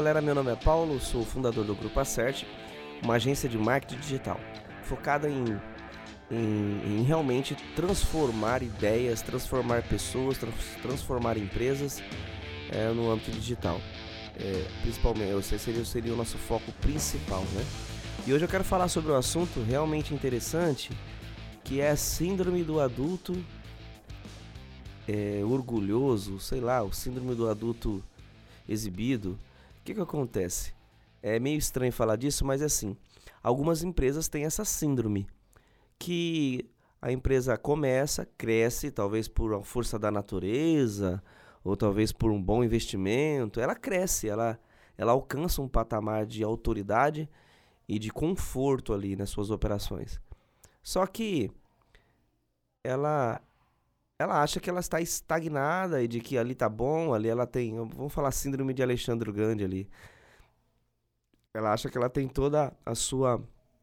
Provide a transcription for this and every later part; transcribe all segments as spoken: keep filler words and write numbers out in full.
galera, meu nome é Paulo, sou o fundador do Grupo Acerte, uma agência de marketing digital, focada em, em, em realmente transformar ideias, transformar pessoas, trans, transformar empresas é, no âmbito digital. É, principalmente, esse seria, seria o nosso foco principal, né? E hoje eu quero falar sobre um assunto realmente interessante, que é a síndrome do adulto é, orgulhoso, sei lá, o síndrome do adulto exibido. O que que acontece? É meio estranho falar disso, mas é assim, algumas empresas têm essa síndrome, que a empresa começa, cresce, talvez por uma força da natureza, ou talvez por um bom investimento, ela cresce, ela, ela alcança um patamar de autoridade e de conforto ali nas suas operações. Só que ela ela acha que ela está estagnada e de que ali tá bom, ali ela tem, vamos falar síndrome de Alexandre o Grande ali. Ela acha que ela tem toda a sua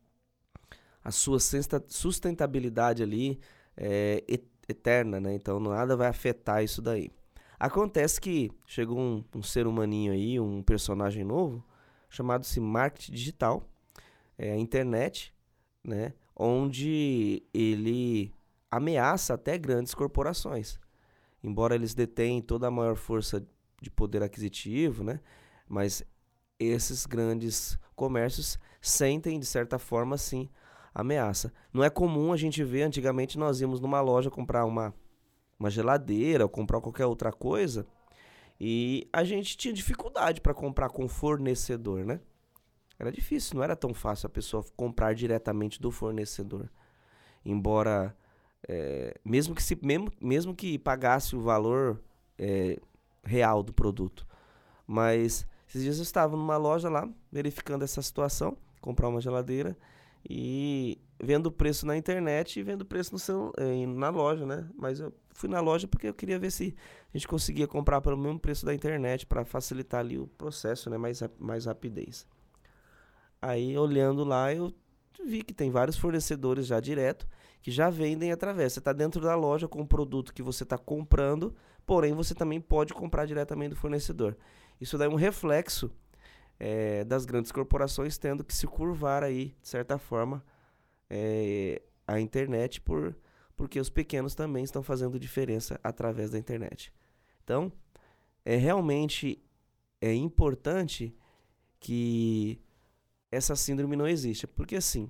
a sua sustentabilidade ali é, eterna, né? Então nada vai afetar isso daí. Acontece que chegou um, um ser humaninho aí, um personagem novo, chamado-se marketing digital, é a internet, né? Onde ele ameaça até grandes corporações. Embora eles detenham toda a maior força de poder aquisitivo, né? Mas esses grandes comércios sentem, de certa forma, sim, ameaça. Não é comum a gente ver, antigamente nós íamos numa loja comprar uma, uma geladeira ou comprar qualquer outra coisa e a gente tinha dificuldade para comprar com fornecedor, né? Era difícil, não era tão fácil a pessoa comprar diretamente do fornecedor. Embora, é, mesmo, que se, mesmo, mesmo que pagasse o valor é, real do produto. Mas esses dias eu estava numa loja lá, verificando essa situação, comprar uma geladeira e vendo o preço na internet e vendo o preço no seu, eh, na loja, né? Mas eu fui na loja porque eu queria ver se a gente conseguia comprar pelo mesmo preço da internet para facilitar ali o processo, né? Mais, mais rapidez. Aí, olhando lá, eu vi que tem vários fornecedores já direto que já vendem através. Você está dentro da loja com o produto que você está comprando, porém você também pode comprar diretamente do fornecedor. Isso daí é um reflexo é, das grandes corporações tendo que se curvar aí, de certa forma, é, a internet, por, porque os pequenos também estão fazendo diferença através da internet. Então, é realmente é importante que essa síndrome não exista, porque assim,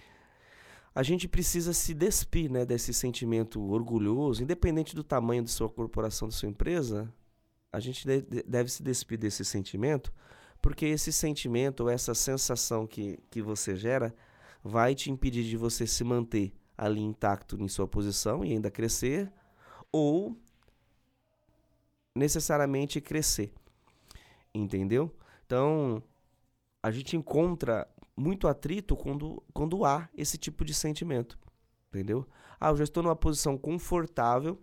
a gente precisa se despir, né, desse sentimento orgulhoso, independente do tamanho de sua corporação, de sua empresa, a gente deve se despir desse sentimento, porque esse sentimento, ou essa sensação que, que você gera, vai te impedir de você se manter ali intacto em sua posição e ainda crescer, ou necessariamente crescer, entendeu? Então, a gente encontra muito atrito quando, quando há esse tipo de sentimento, entendeu? Ah, eu já estou numa posição confortável,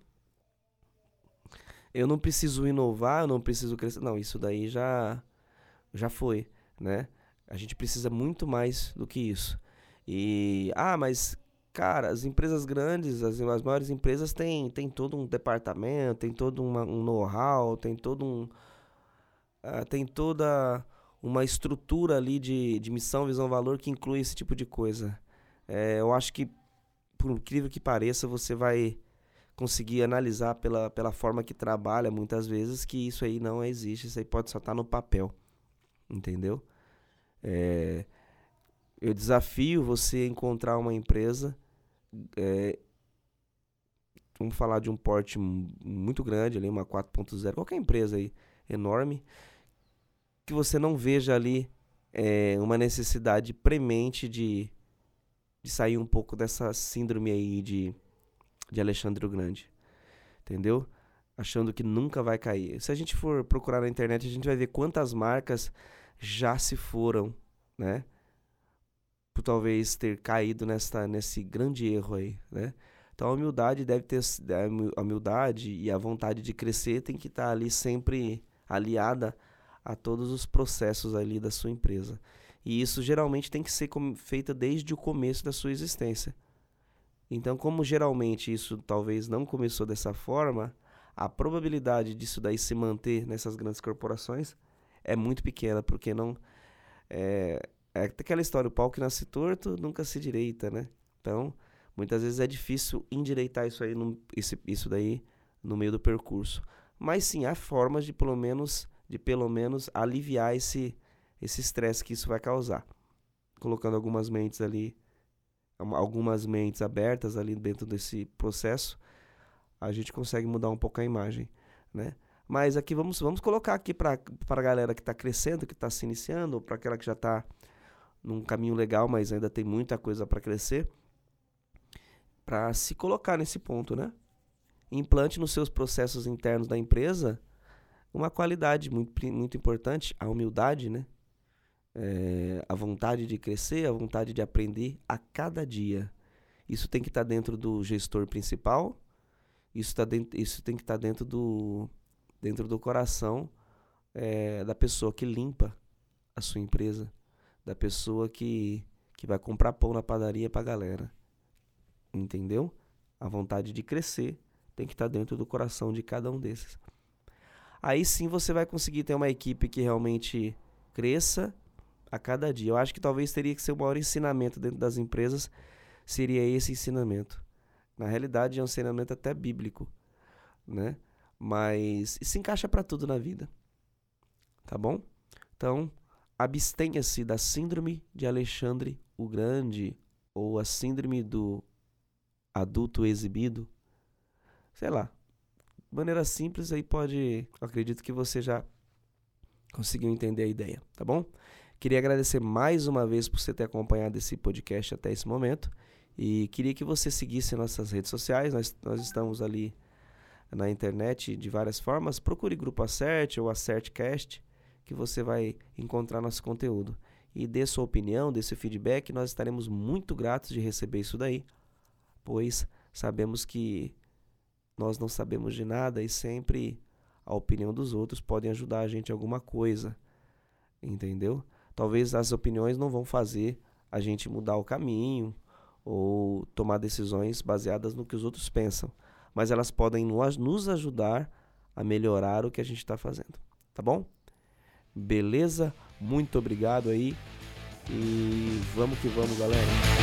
eu não preciso inovar, eu não preciso crescer. Não, isso daí já, já foi, né? A gente precisa muito mais do que isso. E, ah, mas, cara, as empresas grandes, as, as maiores empresas têm, têm todo um departamento, tem todo uma, um know-how, tem todo um... Uh, tem toda uma estrutura ali de, de missão, visão, valor que inclui esse tipo de coisa. É, eu acho que, por incrível que pareça, você vai conseguir analisar pela, pela forma que trabalha, muitas vezes, que isso aí não existe, isso aí pode só estar no papel, entendeu? É, eu desafio você a encontrar uma empresa, é, vamos falar de um porte muito grande, ali, uma quatro ponto zero, qualquer empresa aí, enorme, que você não veja ali é, uma necessidade premente de, de sair um pouco dessa síndrome aí de, de Alexandre o Grande, entendeu? Achando que nunca vai cair. Se a gente for procurar na internet, a gente vai ver quantas marcas já se foram, né? Por talvez ter caído nessa, nesse grande erro aí, né? Então a humildade deve ter, a humildade e a vontade de crescer tem que estar ali sempre aliada a todos os processos ali da sua empresa. E isso geralmente tem que ser feito desde o começo da sua existência. Então, como geralmente isso talvez não começou dessa forma, a probabilidade disso daí se manter nessas grandes corporações é muito pequena, porque não... É, é aquela história, o pau que nasce torto nunca se direita, né? Então, muitas vezes é difícil endireitar isso aí, no, esse, isso daí no meio do percurso. Mas sim, há formas de pelo menos, de pelo menos aliviar esse esse estresse que isso vai causar. Colocando algumas mentes ali, algumas mentes abertas ali dentro desse processo, a gente consegue mudar um pouco a imagem, né? Mas aqui vamos, vamos colocar aqui para a galera que está crescendo, que está se iniciando, ou para aquela que já está num caminho legal, mas ainda tem muita coisa para crescer, para se colocar nesse ponto, né? Implante nos seus processos internos da empresa uma qualidade muito, muito importante, a humildade, né? É, a vontade de crescer, a vontade de aprender a cada dia. Isso tem que estar tá dentro do gestor principal, isso, tá dentro, isso tem que estar tá dentro, do, dentro do coração é, da pessoa que limpa a sua empresa, da pessoa que, que vai comprar pão na padaria pra galera. Entendeu? A vontade de crescer tem que estar dentro do coração de cada um desses. Aí sim você vai conseguir ter uma equipe que realmente cresça a cada dia. Eu acho que talvez teria que ser o maior ensinamento dentro das empresas, seria esse ensinamento. Na realidade é um ensinamento até bíblico, né? Mas se encaixa para tudo na vida, tá bom? Então, abstenha-se da síndrome de Alexandre o Grande, ou a síndrome do adulto exibido. Sei lá, de maneira simples aí pode... Acredito que você já conseguiu entender a ideia, tá bom? Queria agradecer mais uma vez por você ter acompanhado esse podcast até esse momento. E queria que você seguisse nossas redes sociais. Nós, nós estamos ali na internet de várias formas. Procure Grupo Acerte ou AcerteCast, que você vai encontrar nosso conteúdo. E dê sua opinião, dê seu feedback. Nós estaremos muito gratos de receber isso daí, pois sabemos que nós não sabemos de nada e sempre a opinião dos outros pode ajudar a gente em alguma coisa. Entendeu? Talvez as opiniões não vão fazer a gente mudar o caminho ou tomar decisões baseadas no que os outros pensam, mas elas podem nos ajudar a melhorar o que a gente está fazendo, tá bom? Beleza? Muito obrigado aí e vamos que vamos, galera!